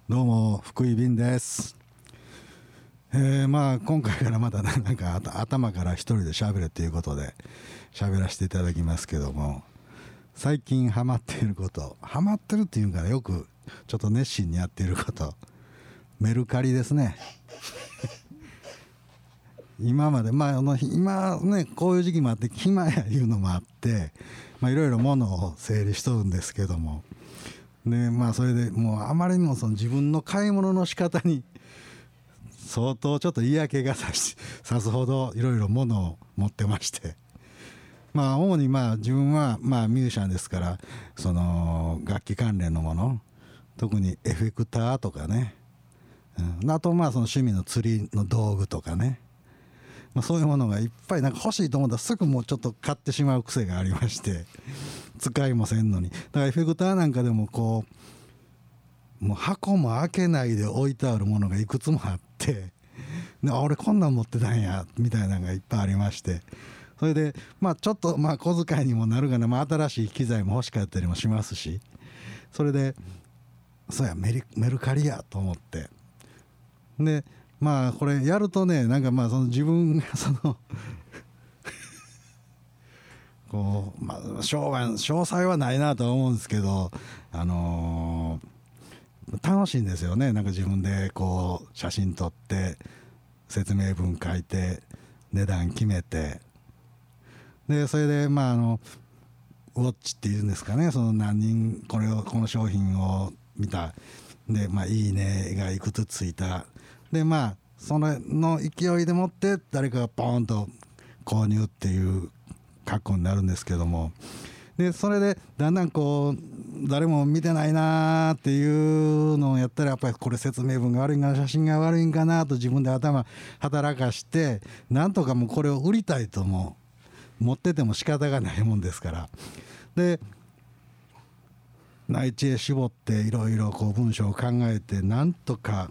どうも福井便です。今回からまたなんか頭から一人で喋れということで喋らせていただきますけども、最近ハマっていること、ハマってるっていうかよくちょっと熱心にやっていること、メルカリですね。今まで今ねこういう時期もあって暇やいうのもあっていろいろ物を整理しとるんですけども、でそれでもうあまりにもその自分の買い物の仕方に相当ちょっと嫌気がさすほどいろいろ物を持ってまして、主に自分はミュージシャンですから、その楽器関連のもの、特にエフェクターとかね、あとその趣味の釣りの道具とかね、そういうものがいっぱいなんか欲しいと思ったらすぐもうちょっと買ってしまう癖がありまして、使いもせんのに。だからエフェクターなんかでももう箱も開けないで置いてあるものがいくつもあって、俺こんなん持ってたんやみたいなのがいっぱいありまして、それでちょっと小遣いにもなるがな、新しい機材も欲しかったりもしますし、それでそうやメルカリやと思って、でこれやるとね、なんかその自分がその詳細はないなとは思うんですけど、楽しいんですよね。なんか自分で写真撮って説明文書いて値段決めて、でそれでウォッチっていうんですかね、その何人この商品を見たでいいねがいくつついたでそれの勢いでもって誰かがポーンと購入っていう格好になるんですけども、でそれでだんだん誰も見てないなーっていうのをやったら、やっぱりこれ説明文が悪いんかな、写真が悪いんかなと自分で頭働かして、なんとかもうこれを売りたいとも持ってても仕方がないもんですから、で内地へ絞っていろいろ文章を考えて、なんとか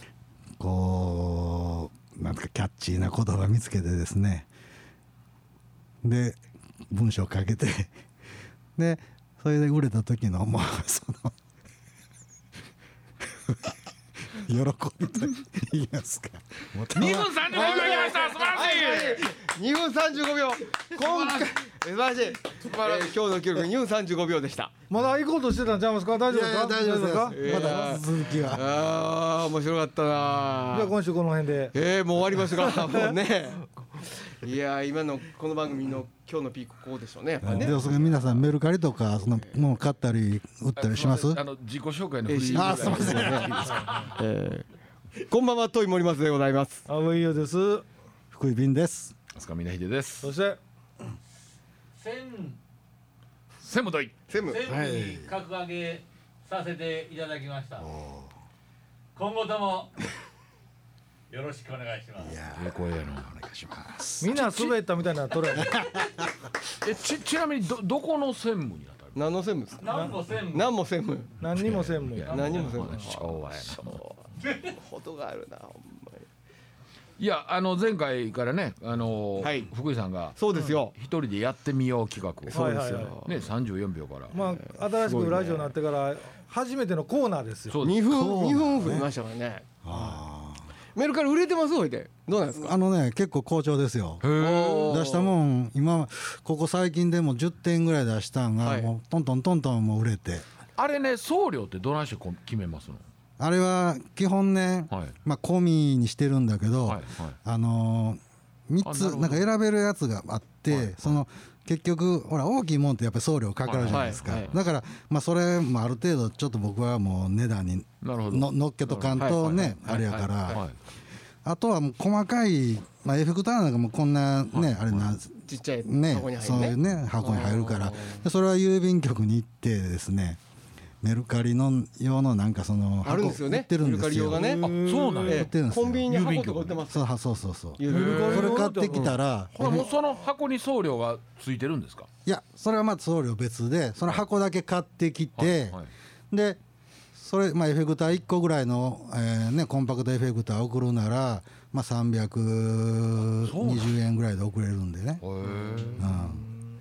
なんとかキャッチーな言葉見つけてですね、で文章をかけてでそれで売れた時のその喜びと言いますか、 2分35秒いきました。素晴らしい。 2分35秒。今回素晴らしい。今日の記録2分35秒でした。 まだ行こうとしてたんちゃいますか。大丈夫ですか。 大丈夫ですか。まだ続きは。 面白かったな。じゃあ今週この辺で。 もう終わりますがもうね。いや今のこの番組の今日のピークこうでしょうね。やっぱね。 で皆さんメルカリとかそのもの買ったり売ったりします？ 自己紹介のフリー。 すみません。 こんばんは、トイモリマスでございます。 青井優です。 福井便です。 飛鳥峰秀です。 そして専務隊専務に格上げさせていただきました。今後ともよろしくお願いします。 いや声やな。 お願いします。 みんな滑ったみたいなトレちなみにどこの専務になったの？ 何の専務ですか？ 何も専務。 何も専務。 何にも専務や。 何にも専務。 昭和やな。 ほどがあるな。ほんまに。 いや前回からねはい福井さんがそうですよ。 一人でやってみよう企画。 そうですよね34秒から。 新しくラジオになってから初めてのコーナーですよ。 そうです。 2分増えましたからね。メルカリ売れてますおいで。どうなんですか？ 結構好調ですよ。 へー。 出したもん今ここ最近でも10点ぐらい出したんが、もうトントンもう売れて。 あれね、送料ってどないして決めますの？ あれは基本ね、込みにしてるんだけど、3つなんか選べるやつがあって、その結局ほら大きいもんってやっぱり送料かかるじゃないですか。だからそれもある程度ちょっと僕はもう値段にのっけとかんとねあれやから、あとはもう細かいエフェクターなんかもこんなねあれなちっちゃいね箱に入るね。 そういうね箱に入るから、それは郵便局に行ってですね、メルカリの用のなんかそのあるんですよね。 売ってるんですよ。 メルカリ用がね。 そうなんや。 売ってるんですよ。 コンビニに箱とか売ってます。 そう。それ買ってきたら、 もうその箱に送料がついてるんですか？ いやそれはまた送料別で、その箱だけ買ってきて、でそれエフェクター1個ぐらいのコンパクトエフェクター送るなら320円ぐらいで送れるんでね。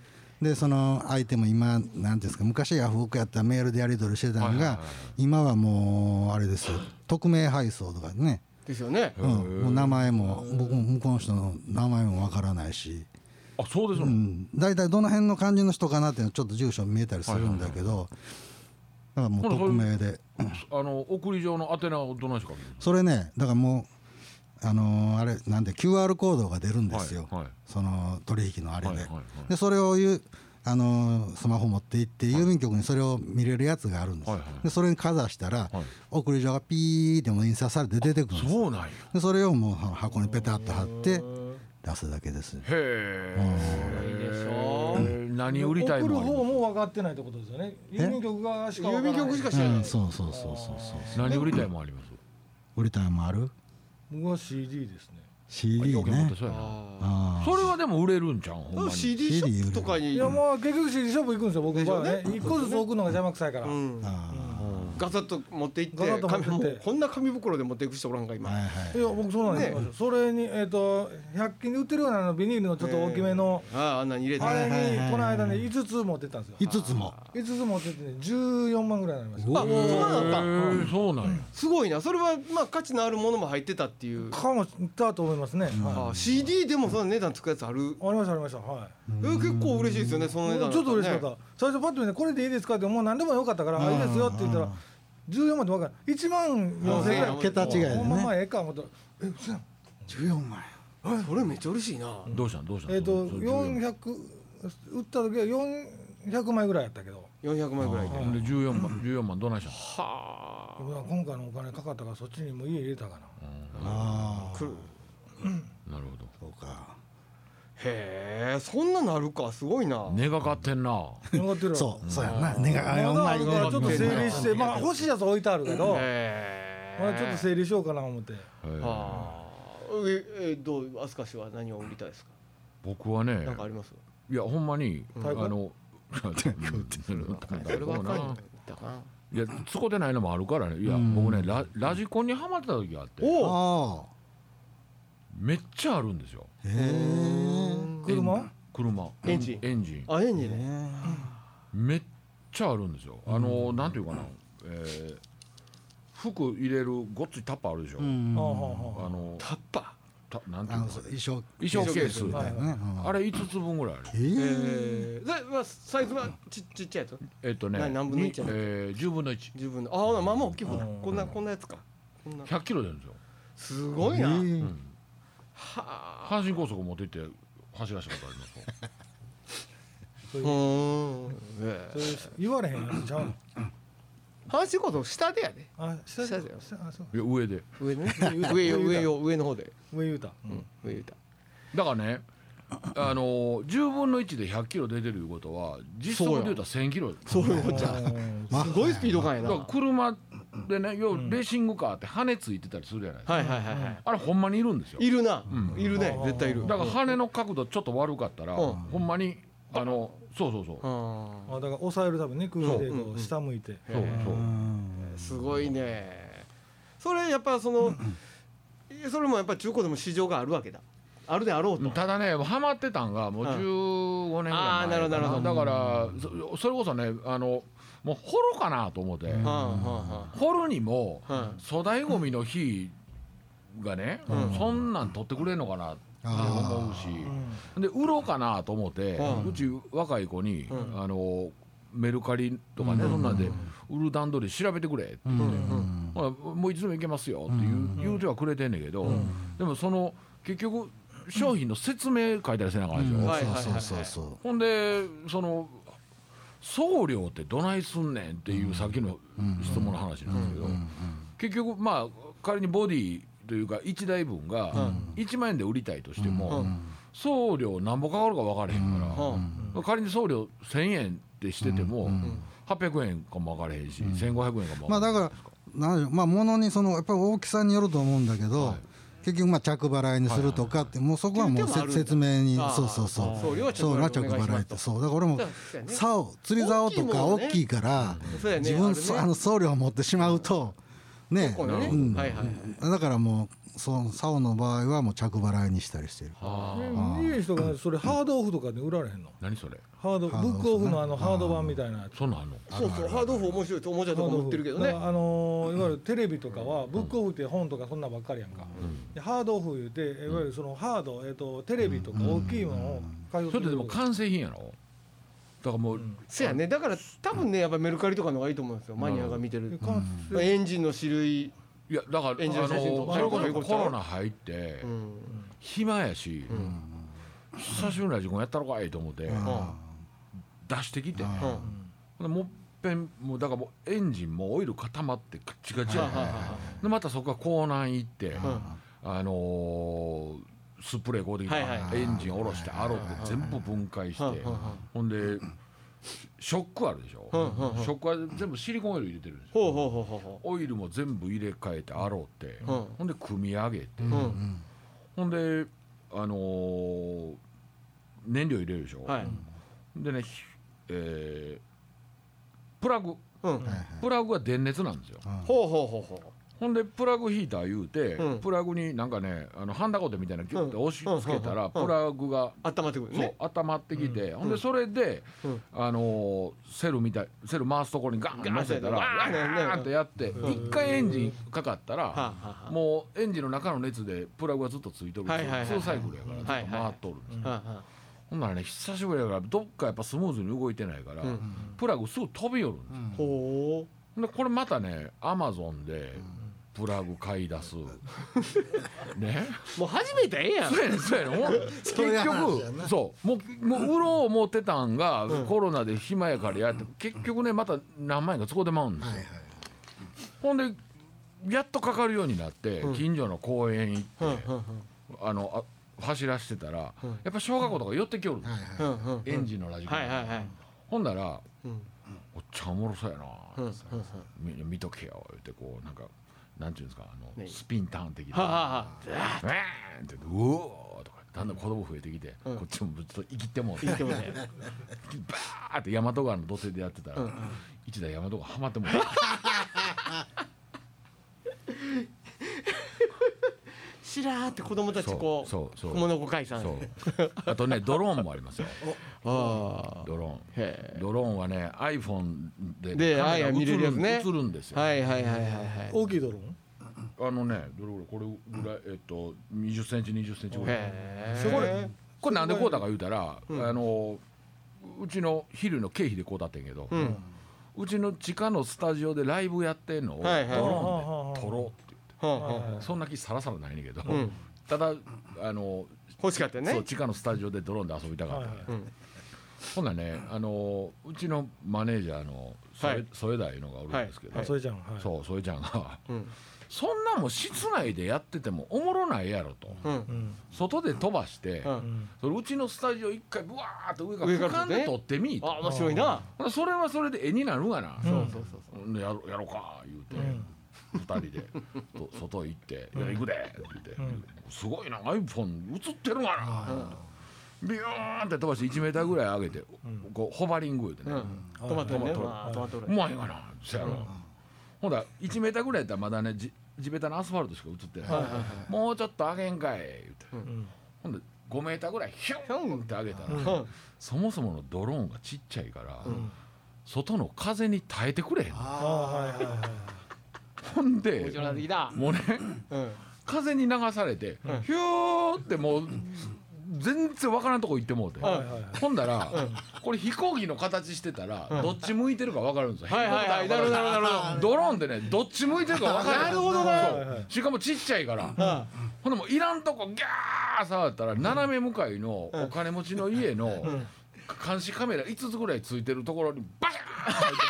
でその相手も今なんていうんですか、昔ヤフオクやったらメールでやり取りしてたのが、今はもうあれですよ、匿名配送とかね、 ですよね。 もう名前も僕も向こうの人の名前もわからないし、 あ、そうですの。 大体どの辺の感じの人かなっていうのはちょっと住所見えたりするんだけど、だからもう匿名で、 送り状の宛名をどないして書ける？ それね、だからもうあれなんで QR コードが出るんですよ、その取引のあれで、でそれをスマホ持って行って郵便局にそれを見れるやつがあるんですよ、でそれにかざしたら、送り状がピーっても印刷されて出てくるんです。 そうなんや。 でそれをもう箱にペタッと貼って出すだけです。 へえ。何売りたい送るもあります？ 方も分かってないってことですよね。郵便局側しか分からない。 郵便局しか知らない。 そう。 何売りたいもあります？ 売りたいもある？ 僕は CD ですね。 CD ね。 そうやな。 あそれはでも売れるんちゃう？ほんまに。 CD ショップとかにいやもう結局 CD ショップ行くんですよ僕の場合はね。 でしょうね一個ずつ送るのが邪魔くさいから。 ガサッと持って行って、 ガサッと持ってってもうこんな紙袋で持っていく人おらんか今。 はいいや僕そうなんですよ。それに100均で売ってるようなビニールのちょっと大きめのあんなに入れて。 あれにこの間ね5つ持ってったんですよ。 5つも。 5つ持ってってね14万ぐらいになりました。 あ、そうなんだ。 そうなんや。 すごいな。それはまあ価値のあるものも入ってたっていう。 かもしたと思いますね。は CD でもその値段つくやつある。 い。ありましたありました。はい。 結構嬉しいですよね、その値段。 ちょっと嬉しかった。最初パッと見てこれでいいですかってもう何でもよかったからいいですよって言ったら14万で分かる。1万4000円ぐらい。 桁違いでほんまね。 ええか思ったら嘘やん。 14万。 それめっちゃ嬉しいな。 どうしたん？そう 400売った時は400枚ぐらいやったけど、 400万ぐらいで。 で14万どないしたん？ はでも今回のお金かかったからそっちにもう家入れたかな。 ああ。 来る。 なるほそうか。 へえ、そんななるか、すごいな。 ど。値がかってんな。 残ってるわ。 そうやな。値がまだあるからちょっと整理してまあ欲しいやつ置いてあるけど、 へまだちょっと整理しようかな思って。 はあ。どう、飛鳥氏は何を売りたいですか。 僕はね、 なんかあります。 いやほんまに太鼓そればっかりだかな。 いや使ってないのもあるからね。いや僕ねラジコンにハマってた時があって、 お。 ああ。 めっちゃあるんですよ。 へえ。 車？ 車。 エンジン。 エンジン。 あ、エンジンね。 めっちゃあるんですよ。なんていうかな。服入れるごっついタッパーあるでしょ。 タッパなんていうの。 衣装ケース。 ね。 あれ5つ分ぐらいある。 ー。サイズはちっちゃいやつ。何分の1やね。 10分の1。 十分の。あ、まあまあ大きい方だ。こんなやつか。 100キロ出るんですよ。 すごいな。はあ。 阪神高速持って行って走らせたことありますもん。 そういう言われへんやつちゃうの。 阪神高速下でやで。 あ、下下だよ。 あ、そう。 いや上で。 上ね。上の方で。 上言うた。 上言うた。 だからね、10分の1で100キロ出てるいうことは実速で言うたら1000キロ。 そういうこっちゃ。すごいスピード感やだからな。 車でね、要はレーシングカーって羽ついてたりするじゃないですか。 はいはいはいはい。 あれほんまにいるんですよ。 いるな。いるね。絶対いる。 だから羽の角度ちょっと悪かったら、ほんまにそう。 あ、だから抑えるために空気でこう下向いて。 そうすごいね。それやっぱそれもやっぱ中古でも市場があるわけだ。あるであろうと。 ただね、ハマってたんがもう15年ぐらい前あーなるほどなるほどだからそれこそね、もう掘ろうかなと思って、掘るにも粗大ごみの日がね、そんなん取ってくれんのかなって思うし、で売ろうかなと思って、うち若い子にメルカリとかね、そんなんで売る段取り調べてくれって言って、もういつでも行けますよって言うてはくれてんねんけど、でも結局商品の説明書いたりせなあかんでしょ。 そう。 ほんで送料ってどないすんねんっていうさっきの質問の話なんですけど、結局まあ仮にボディというか1台分が1万円で売りたいとしても、送料なんぼかかるか分からへんから、仮に送料1000円ってしてても800円かも分からへんし、1500円かも分からへん。 まあだから物にやっぱり大きさによると思うんだけど、結局着払いにするとかって、もうそこはもう説明に、そう送料は着払いって、そうだから俺も釣り竿とか大きいから自分送料を持ってしまうとね、だからもその竿の場合はもう着払いにしたりしてる。 いい人がそれハードオフとかで売られへんの？ 何それ？ ブックオフのハード版みたいなやつ。 そんなんあんの？ そうそう、ハードオフ面白いとおもちゃとかも売ってるけどね。 いわゆるテレビとかはブックオフって本とかそんなんばっかりやんか。でハードオフ言うていわゆるそのハードテレビとか大きいものを買いそれでも完成品やろ。だからもうせやね、だから多分ねやっぱメルカリとかの方がいいと思うんですよ、マニアが見てる。エンジンの種類、 いやだからエンジンの写真とかそれこそコロナ入って暇やし、久しぶりにラジコンやったろかいと思って出してきて、もっぺんもうだからもうエンジンもオイル固まってカチカチやで、またそこから港南行ってスプレーこうできてエンジン下ろして洗って全部分解して、ほんでショックあるでしょ、ショックは全部シリコンオイル入れてるんですよ。オイルも全部入れ替えて洗って、ほんで組み上げて、ほんで燃料入れるでしょ、でねプラグは電熱なんですよ。ほんでプラグヒーター言うて、プラグになんかねハンダコテみたいなギュッて押し付けたらプラグが温まってくるね。 そう温まってきて、ほんでそれでセル回すところにガンって乗せたらガーンってやって一回エンジンかかったらもうエンジンの中の熱でプラグがずっとついとる2サイクルやからずっと回っとるんですよ。ほんならね久しぶりやからどっかやっぱスムーズに動いてないからプラグすぐ飛び寄るんですよ。でこれまたねアマゾンでプラグ買い出すね、 もう始めたらええやん。 そうやね結局そうもう売ろう思ってたんがコロナで暇やからやって結局ねまた何万円か使うてまうんですよ。ほんでやっとかかるようになって近所の公園行って走らしてたらやっぱ小学校とか寄ってきよるんですよ、エンジンのラジコン。ほんならおっちゃんおもろそうやな見とけよってこうなんていうんですかスピンターン的な「ウェーン!」って「うおー!」とかだんだん子供増えてきてこっちもずっと生きてもうてバーって大和川の土手でやってたら一台大和川はまってもうしらーって子供たちこう雲の子解散。 あとねドローンもありますよ。ドローンはね iPhone でカメラ映るんですよ。 大きいドローンどれぐらいこれぐらい20センチ20センチぐらい。これなんでこうだか言うたらうちの昼の経費でこうだってんけど、うちの地下のスタジオでライブやってんのをドローンで撮ろうって言って、そんな気さらさらないねんけど、ただ欲しかったよね。 そう地下のスタジオでドローンで遊びたかったから。ほんならねうちのマネージャーの添田いうのがおるんですけど、 添ちゃんそう添ちゃんがそんなもん室内でやっててもおもろないやろと、外で飛ばして、それうちのスタジオ一回ブワーッと上から俯瞰で撮ってみと。 面白いな。 それはそれで絵になるがな。やろうか言うて2人で外行って「行くで」って言って「すごいな iPhone 映ってるがな」ビューンって飛ばして1メーターぐらい上げてこうホバリング言うてねトマトねうまいがなそやろ。ほんだら1メーターぐらいやったらまだね地べたのアスファルトしか映ってない、もうちょっと上げんかい言うて、ほんで5メーターぐらいヒューンって上げたら、そもそものドローンがちっちゃいから、外の風に耐えてくれへん。ほんでもうね、風に流されて、ヒューってもう全然わからんとこ行ってもうて、ほんだらこれ飛行機の形してたらどっち向いてるかわかるんですよ。ドローンでねどっち向いてるかわかる。 なるほどな。 しかもちっちゃいから、ほんでもういらんとこギャー触ったら斜め向かいのお金持ちの家の監視カメラ5つぐらいついてるところにバシャーン入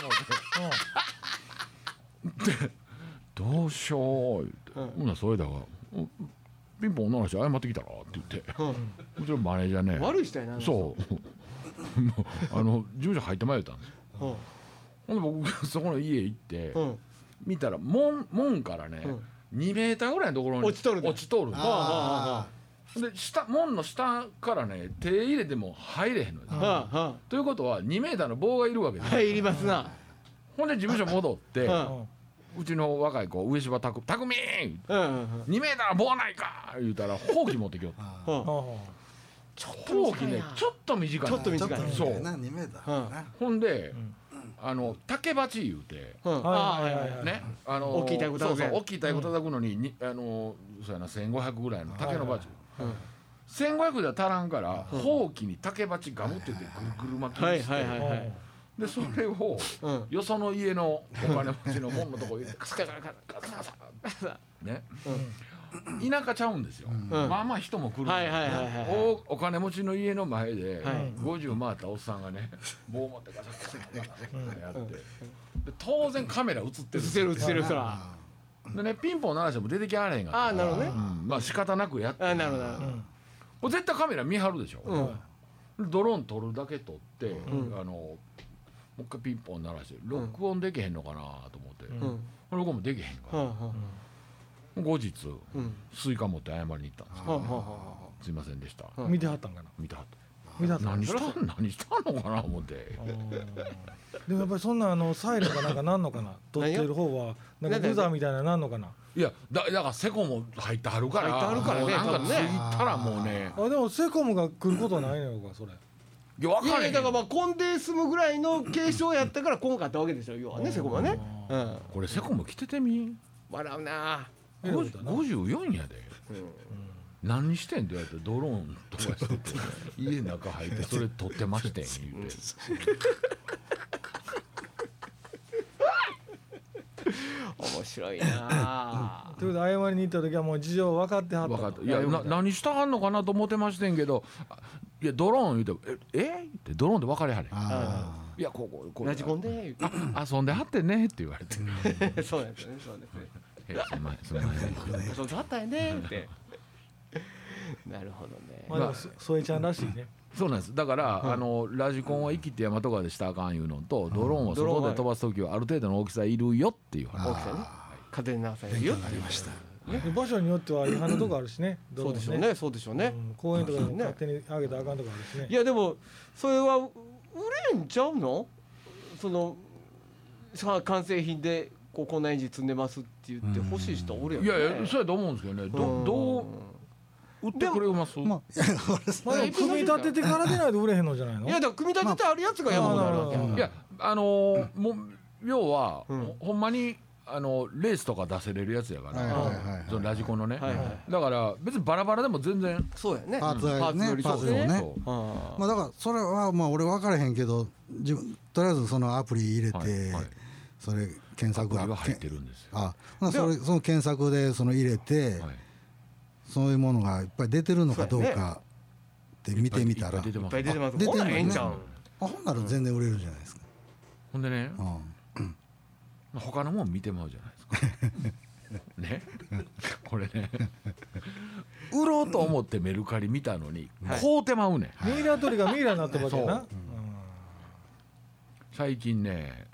ってもうてでどうしよう言って、ほんならそれだがピンポン女の人謝ってきたらって言って、もちろんマネージャーね悪い人やな。 そう事務所入ってまいったんですよ。ほんで僕そこの家行って見たら門からね2メーターぐらいのところに落ちとるんで門の下からね手入れても入れへんのよ。ということは2メーターの棒がいるわけです。 はい、いりますな。 ほんで事務所戻ってうちの若い子上柴拓匠2メーター棒ないか言うたらほうき持ってきよったほうきねちょっと短いちょっと短いそう 2メーターかなほんで竹鉢言うてね大きい太鼓叩くそう大きい太鼓叩くのにそうやな1500ぐらいの竹の鉢1500では足らんからほうきに竹鉢ガムって言ってぐるぐる巻きにしてでそれをよその家のお金持ちの門のとこにカサカサカサカサカサね田舎ちゃうんですよまあまあ人も来るお金持ちの家の前で50回ったおっさんがね棒持ってガサガサガサやってで当然カメラ映ってる映ってるそらでねピンポン鳴らしても出てきはれへんかったなるほどねまあ仕方なくやってなるほど絶対カメラ見張るでしょドローン撮るだけ撮ってもう一回ピンポン鳴らして録音できへんのかなと思って録音もできへんから後日スイカ持って謝りに行ったんですよすいませんでした見てはったんかな見てはった何したんのかな思ってでもやっぱりそんなサイレンかなんかなんのかな撮ってる方はなんかブザーみたいななんのかないやだからセコム入ってはるからなんかついたらもうねでもセコムが来ることはないのよそれいや分かれへんだからまあコンデ済むぐらいの継承やったから今回あったわけでしょ要はねセコムはねこれセコム来ててみ笑うな 54やで何してんって言われてドローン飛ばしてて家の中入ってそれ撮ってましてん言うて面白いなということで謝りに行った時はもう事情分かってはった分かったいや何したはんのかなと思ってましてんけどいやドローン言うてってドローンで分かれはれいやこうラジコンで遊んではってねって言われてそうですねそうですねすんませんそうだったよねってなるほどねまあでも添えちゃんらしいねそうなんですだからラジコンは生きて大和川でしたらあかんいうのとドローンを外で飛ばす時はある程度の大きさいるよっていう話大きさね風で流されるよありました場所によっては違反のとこあるしねそうでしょうねそうでしょうね公園とかでも勝手に上げたらあかんとこあるしねいやでもそれは売れんちゃうのその完成品でこんなエンジン積んでますって言って欲しい人おるやんいやいやそうやと思うんですけどねどう売ってくれますまあでも組み立ててからでないと売れへんのじゃないのいやだから組み立ててあるやつが山ほどあるわけいやもう要はほんまにレースとか出せれるやつやからそのラジコンのねだから別にバラバラでも全然そうやねパーツがねパーツをねまあだからそれはまあ俺分からへんけどとりあえずそのアプリ入れてそれ検索が入ってるんですよその検索でその入れてそういうものがいっぱい出てるのかどうかって見てみたらいっぱい出てますほんならええんちゃうほんなら全然売れるじゃないですかほんでね他のもん見てまうじゃないですかねこれね売ろうと思ってメルカリ見たのに買うてまうねんミイラ取りがミイラになったわけやな最近ね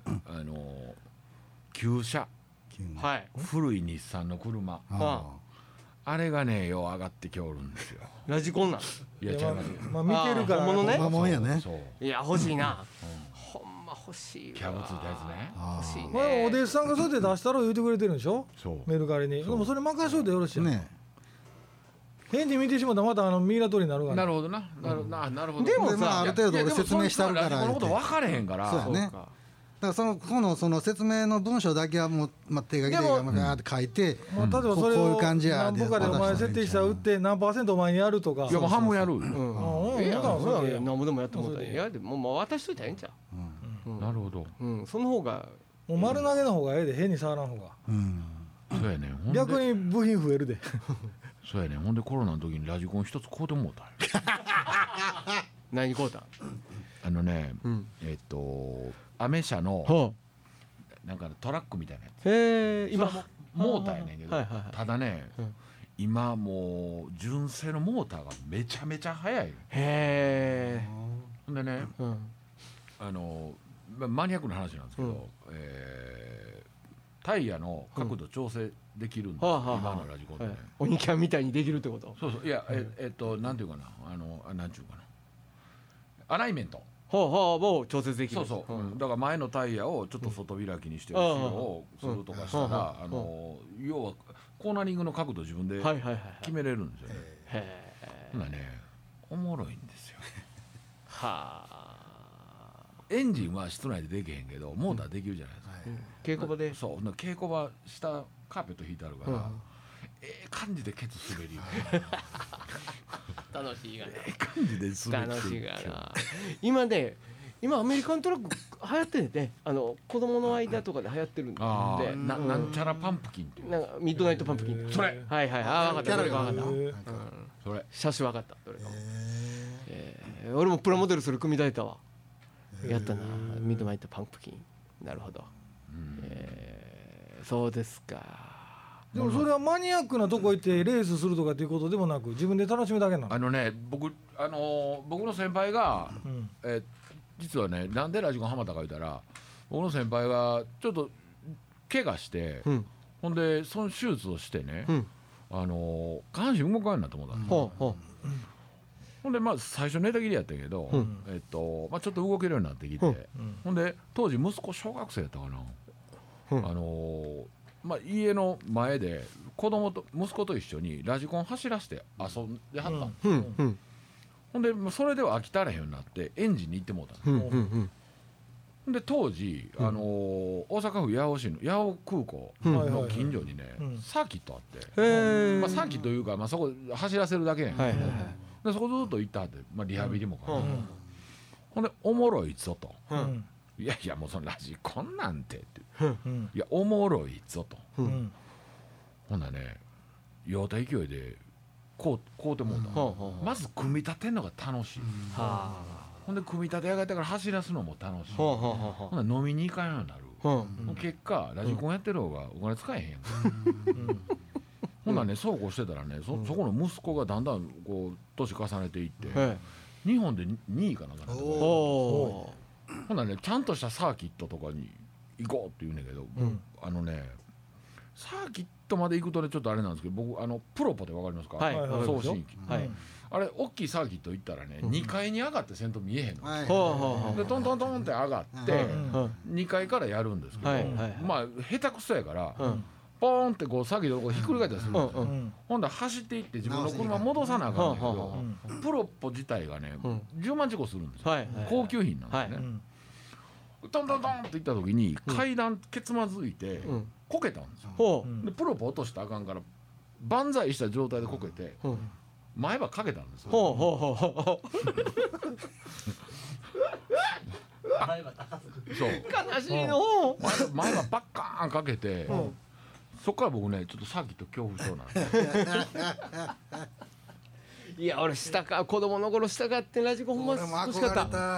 旧車古い日産の車あれがねよう上がってきおるんですよラジコンなんいや違いますまあ見てるから本物ねもんやねいや欲しいなほんま欲しいキャブついたやつね欲しいまあお弟子さんがそうやって出したろ言うてくれてるんでしょそうメルカリにでもそれ任しといてよろしいね変に見てしまったらまたミイラ取りになるからなるほどななるほどでもさある程度俺説明してあるからこのこと分かれへんからそうやねだからその説明の文章だけはもう手書きでガーって書いて例えばそれこういをう感じや何歩かでお前設定したら売って何%お前にやるとかいやもう半分やるいやそれは何もでもやってもらったらいやでも渡しといたらええんちゃうなるほどその方がもう丸投げの方がええで変に触らん方がそうやね逆に部品増えるでそうやねほんでコロナの時にラジコン一つ買うてもうた何買うたアメ車のなんかトラックみたいなやつへえ今モーターやねんけどただね今もう純正のモーターがめちゃめちゃ速いへえほんでねマニアックな話なんですけどタイヤの角度調整できるんですよ今のラジコンってねおにキャンみたいにできるってことそういやなんていうかななんちゅうかなアライメントもう調節できる。 そうそう、だから前のタイヤをちょっと外開きにして後ろをするとかしたら、要はコーナリングの角度自分で決めれるんですよね。ほんならねおもろいんですよ。 はあ。 エンジンは室内でできへんけどモーターできるじゃないですか。 稽古場で。 そう、稽古場下カーペット引いてあるから、感じでケツ滑りよね。 楽しいがな。 感じで滑って楽しいがな。今アメリカントラック流行ってね、子供の間とかで流行ってるんで、 なんちゃらパンプキンっていう、 なんかミッドナイトパンプキン。それ。はいはい。分かった。どれか分かった。 それ。 車種分かった。どれか。俺もプラモデルそれ組み立てたわ。やったな。ミッドナイトパンプキン。なるほど。そうですか。 でもそれはマニアックなとこ行ってレースするとかっていうことでもなく自分で楽しむだけなの。 僕の先輩が、実はねなんでラジコンハマったか言ったら、僕の先輩がちょっと怪我して、ほんでその手術をしてね、下半身動かんようになって思ったんですよ。ほんで最初寝たきりやったけど、ちょっと動けるようになってきて、ほんで当時息子小学生やったかな、家の前で息子と一緒にラジコン走らせて遊んではったん、ほんでそれでは飽きたらへんようになってエンジンに行ってもうたんです、ほんで当時、大阪府八尾市の八尾空港の近所にね、サーキットあって、サーキットというか、そこ走らせるだけやん、でそこずっと行ったって、リハビリもかな、ほんでおもろいぞと、いやいやもうそのラジコンなんてって、いやおもろいぞと、ほんなね酔うた勢いでこうてもうた、まず組み立てんのが楽しい、ほんで組み立て上がってから走らすのも楽しい、ほんな飲みに行かんようになる、結果ラジコンやってる方がお金使えへんやんか、ほんなねそうこうしてたらね、そこの息子がだんだんこう年重ねていって、日本で2位かなんかなって、ほんなねちゃんとしたサーキットとかに行こうって言うねんけど、サーキットまで行くとねちょっとあれなんですけど、僕プロポってわかりますか、送信機、あれ大きいサーキット行ったらね、2階に上がってせんと見えへんの、でトントントンって上がって、2階からやるんですけど、下手くそやから、ポーンってこうサーキットこうひっくり返ったりするんですよ、ほんで走っていって自分の車戻さなあかんねんけど、プロポ自体がね10万近くするんですよ、高級品なんですね、トントントンって行った時に階段けつまずいてこけたんですよ、でプロポ落としたらあかんから万歳した状態でこけて前歯かけたんですよ、そう悲しいの。 前歯バッカーンかけて、そっから僕ねちょっとサーキット恐怖症なんですいや俺子供の頃したかってラジコンほんま欲しかった。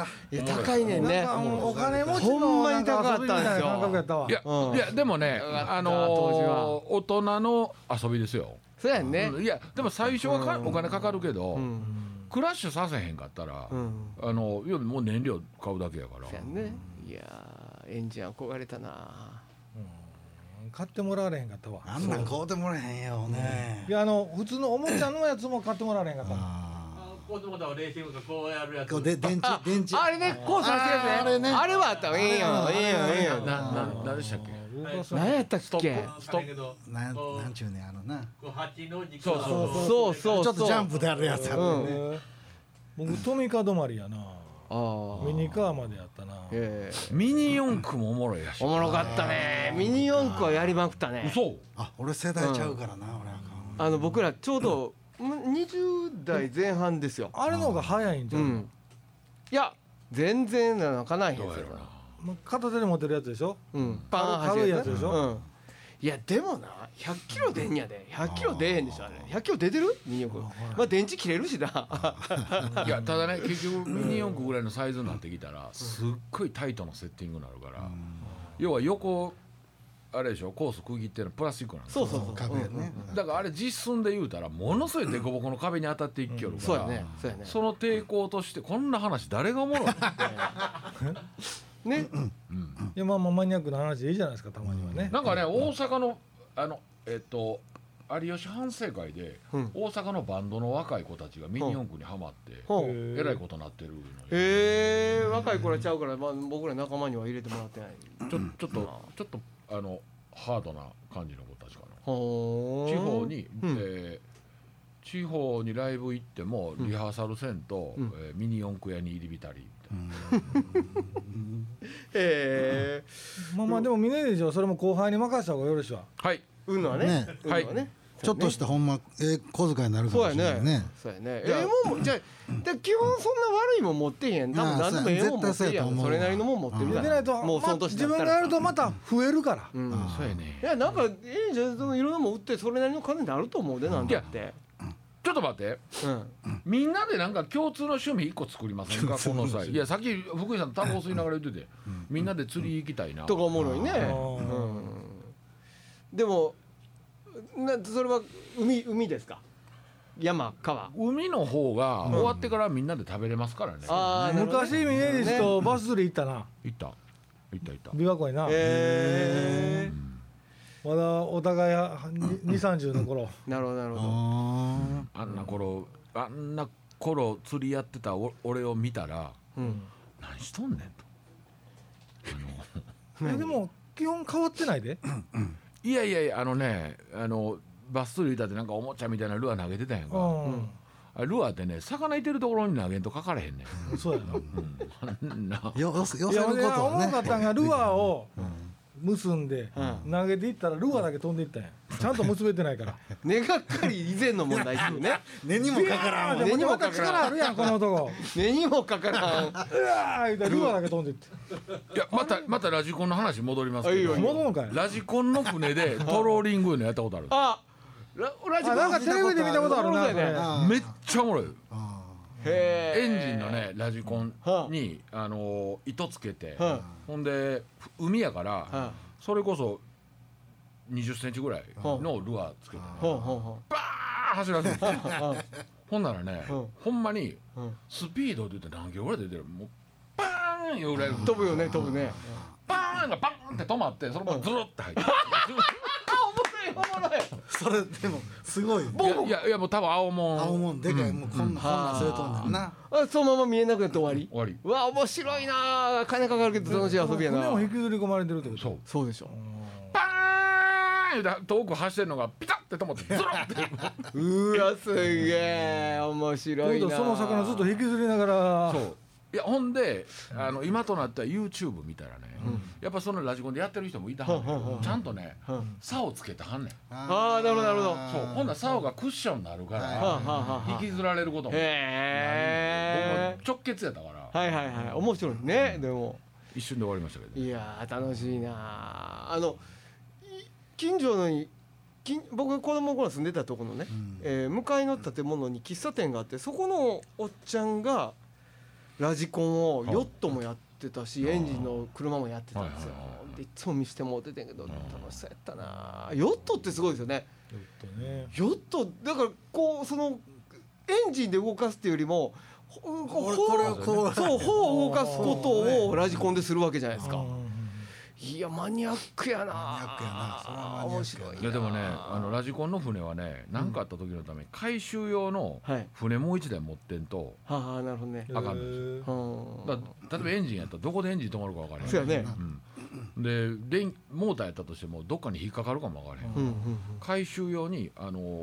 いや高いねんね。 お金持ちほんのまに高かったんですよ。 感覚やったわ。 いやでもね大人の遊びですよ。 そうやんね。 いやでも最初はお金かかるけど、クラッシュさせへんかったら、もう燃料買うだけやから。 そうやんね。いやエンジン憧れたな。 買ってもらわれへんかったわ。 あんなん買うてもらえへんよね。 いや普通のおもちゃのやつも買ってもらわれへんかった。 子供とレーシングとこうやるやつ。 こうで電池あれねコース走るやつね。あれはあったらええやん。 何でしたっけ？ 何やったっけ？ なんちゅうねな。 そうちょっとジャンプであるやつあるね。 僕トミカ止まりやな。ミニカーまでやったな。 ミニ四駆もおもろいやし。 おもろかったね。ミニ四駆はやりまくったね。 そう。 俺世代ちゃうからな、俺僕らちょうど20代前半ですよ。 あれの方が早いんじゃん。 いや全然なかないへんすよ。 片手で持ってるやつでしょ。 パン軽いやつでしょ。 いやでもな100キロ出んやで。100キロ出へんでしょあれ。100キロ出てる？ミニ四駆。電池切れるしな。 いやただね結局ミニ四駆ぐらいのサイズになってきたらすっごいタイトなセッティングになるから、要は横あれでしょ、コース区切ってるのプラスチックなんですよ。 そう壁ね。 だからあれ実寸で言うたらものすごいデコボコの壁に当たっていきよるから、その抵抗としてこんな話誰がおもろいね。 いやマニアックな話でいいじゃないですか、たまにはね。 なんかね大阪の有吉反省会で、 うん大阪のバンドの若い子たちがミニ四駆にハマって、 ほうえらいことになってるのよ。 若い子らちゃうから、まあ、僕ら仲間には入れてもらってないちょっとハードな感じの子たちかな。 ほー地方に、 うん地方にライブ行ってもリハーサルせんと、 うんミニ四駆屋に入り浸りみまあでも峰岸はそれも後輩に任せた方がよろしいわ。 たいな。はい。 運のはねね運のはねちょっとしたほんま小遣いになるかそうやもしれないねね。 そうやねもんじゃあ基本そんな悪いもん持ってへん多分何でもええもん持ってるやんそれなりのもん持ってるやんでないともうその年だったら自分がやるとまた増えるから。 うんそうやねい。やなんかええんじゃんそのいろんなもん売ってそれなりの金になると思うでなんだってちょっと待って。みんなでなんか共通の趣味一個作りませんかこの際。いやさっき福井さんタバコ吸いながら言ってて、みんなで釣り行きたいな。 とかおもろいねでもそれは海ですか山川海の方が終わってからみんなで食べれますからね。 あーなるほどね昔峰岸とバス釣り行ったな。 行った琵琶湖にな。まだお互い2、30の頃。 なるほどなるほどあんな頃釣りやってた俺を見たら、 うん何しとんねんと。 でも基本変わってないで。 いやバス釣りだってなんかおもちゃみたいなルアー投げてたやんか。あれルアーってね魚いてるところに投げんとかからへんねん。 そうやな。 寄せることいやはね思うかったんがルアーを結んで投げていったらルアーだけ飛んでいったんや。ちゃんと結べてないから。 根がっかり以前の問題っていうね根にもかからんわでもまた力あるやんこの男。 根にもかからんうわー言うたらルアーだけ飛んでいって。 いやまたラジコンの話戻りますけど、 戻るのかい。 ラジコンの船でトローリングいうのやったことある。 あラジコンなんかテレビで見たことあるな。 そうだよねあーめっちゃおもろい。 へエンジンのねラジコンに糸つけて、ほんで海やからそれこそ20センチぐらいのルアーつけてバーン走らせてほんならねほんまにスピードで言って何キロぐらい出てるもうバーンいうぐらい飛ぶよね飛ぶねバーンがバーンって止まってそのままズルって入っておもろいそれでもすごいいやもう多分青もんでかいもうこんなんするとんねんなあそのまま見えなくなって終わり終わり。 うわ面白いな金かかるけど楽しい遊びやな船も引きずり込まれてるってこと。 そうそうでしょバーン言うて遠く走ってるのがピタッて止まってズルってうわすげえ面白いなその魚ずっと引きずりながら。 そういやほんで今となっては YouTube 見たらね、やっぱそのラジコンでやってる人もいたはんねんけどちゃんとね竿をつけてはんねん。 ああなるほどなるほどそうほんなら竿がクッションになるから引きずられることもへえ僕も直結やったからはいはいはい面白いねでも一瞬で終わりましたけど。 いやー楽しいな近所の僕子供の頃住んでたところのね、向かいの建物に喫茶店があってそこのおっちゃんがラジコンをヨットもやってたしエンジンの車もやってたんですよでいつも見せてもらってたんやけど楽しそうやったなヨットってすごいですよねヨットだからこうそのエンジンで動かすっていうよりもそう帆を動かすことをラジコンでするわけじゃないですかいやマニアックやなそれはマニアックやな面白いないやでもねラジコンの船はね何かあった時のために回収用の船もう一台持ってんとはあなるほどねあかんですよ。だ例えばエンジンやったらどこでエンジン止まるか分からへん。 そうやねでモーターやったとしてもどっかに引っかかるかも分からへん。回収用に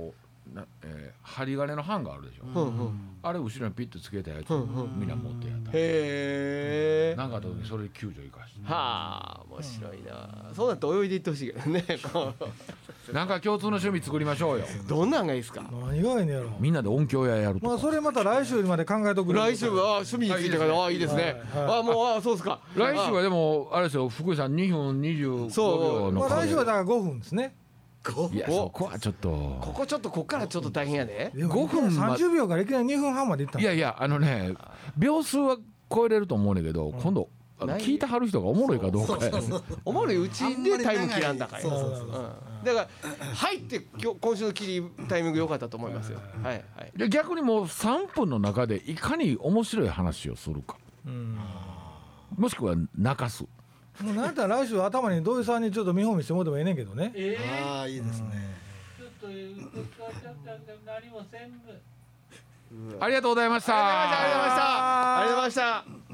針金のハンガーあるでしょ。あれ後ろにピッとつけたやつみんな持ってやった。 へえなんかあった時にそれで救助生かして。 はあ面白いなそうなって泳いでいってほしいけどねなんか共通の趣味作りましょうよ。 どんなんがいいですか何がいいんやろ。 みんなで音響屋やるとか。 まあそれまた来週まで考えとく。 来週は趣味についてからいいですねそうですか来週はでもあれですよ福井さん2分25秒のまあ来週はだから5分ですね。 いやそこはちょっとこっからちょっと大変やで 5分30秒からいきなり2分半までいったいやいや秒数は超えれると思うねんけど今度聞いてはる人がおもろいかどうかやおもろいうちでタイム切らんだからだから入って今週の切りタイミング良かったと思いますよはいで逆にもう3分の中でいかに面白い話をするかもしくは泣かすもうなんやったら来週頭に土井さんにちょっと見本見してもらってもええねんけどね。 ああいいですね。 ちょっとということはちょっと何もせんぶ。 ありがとうございました。 ありがとうございました。ありがとうございました。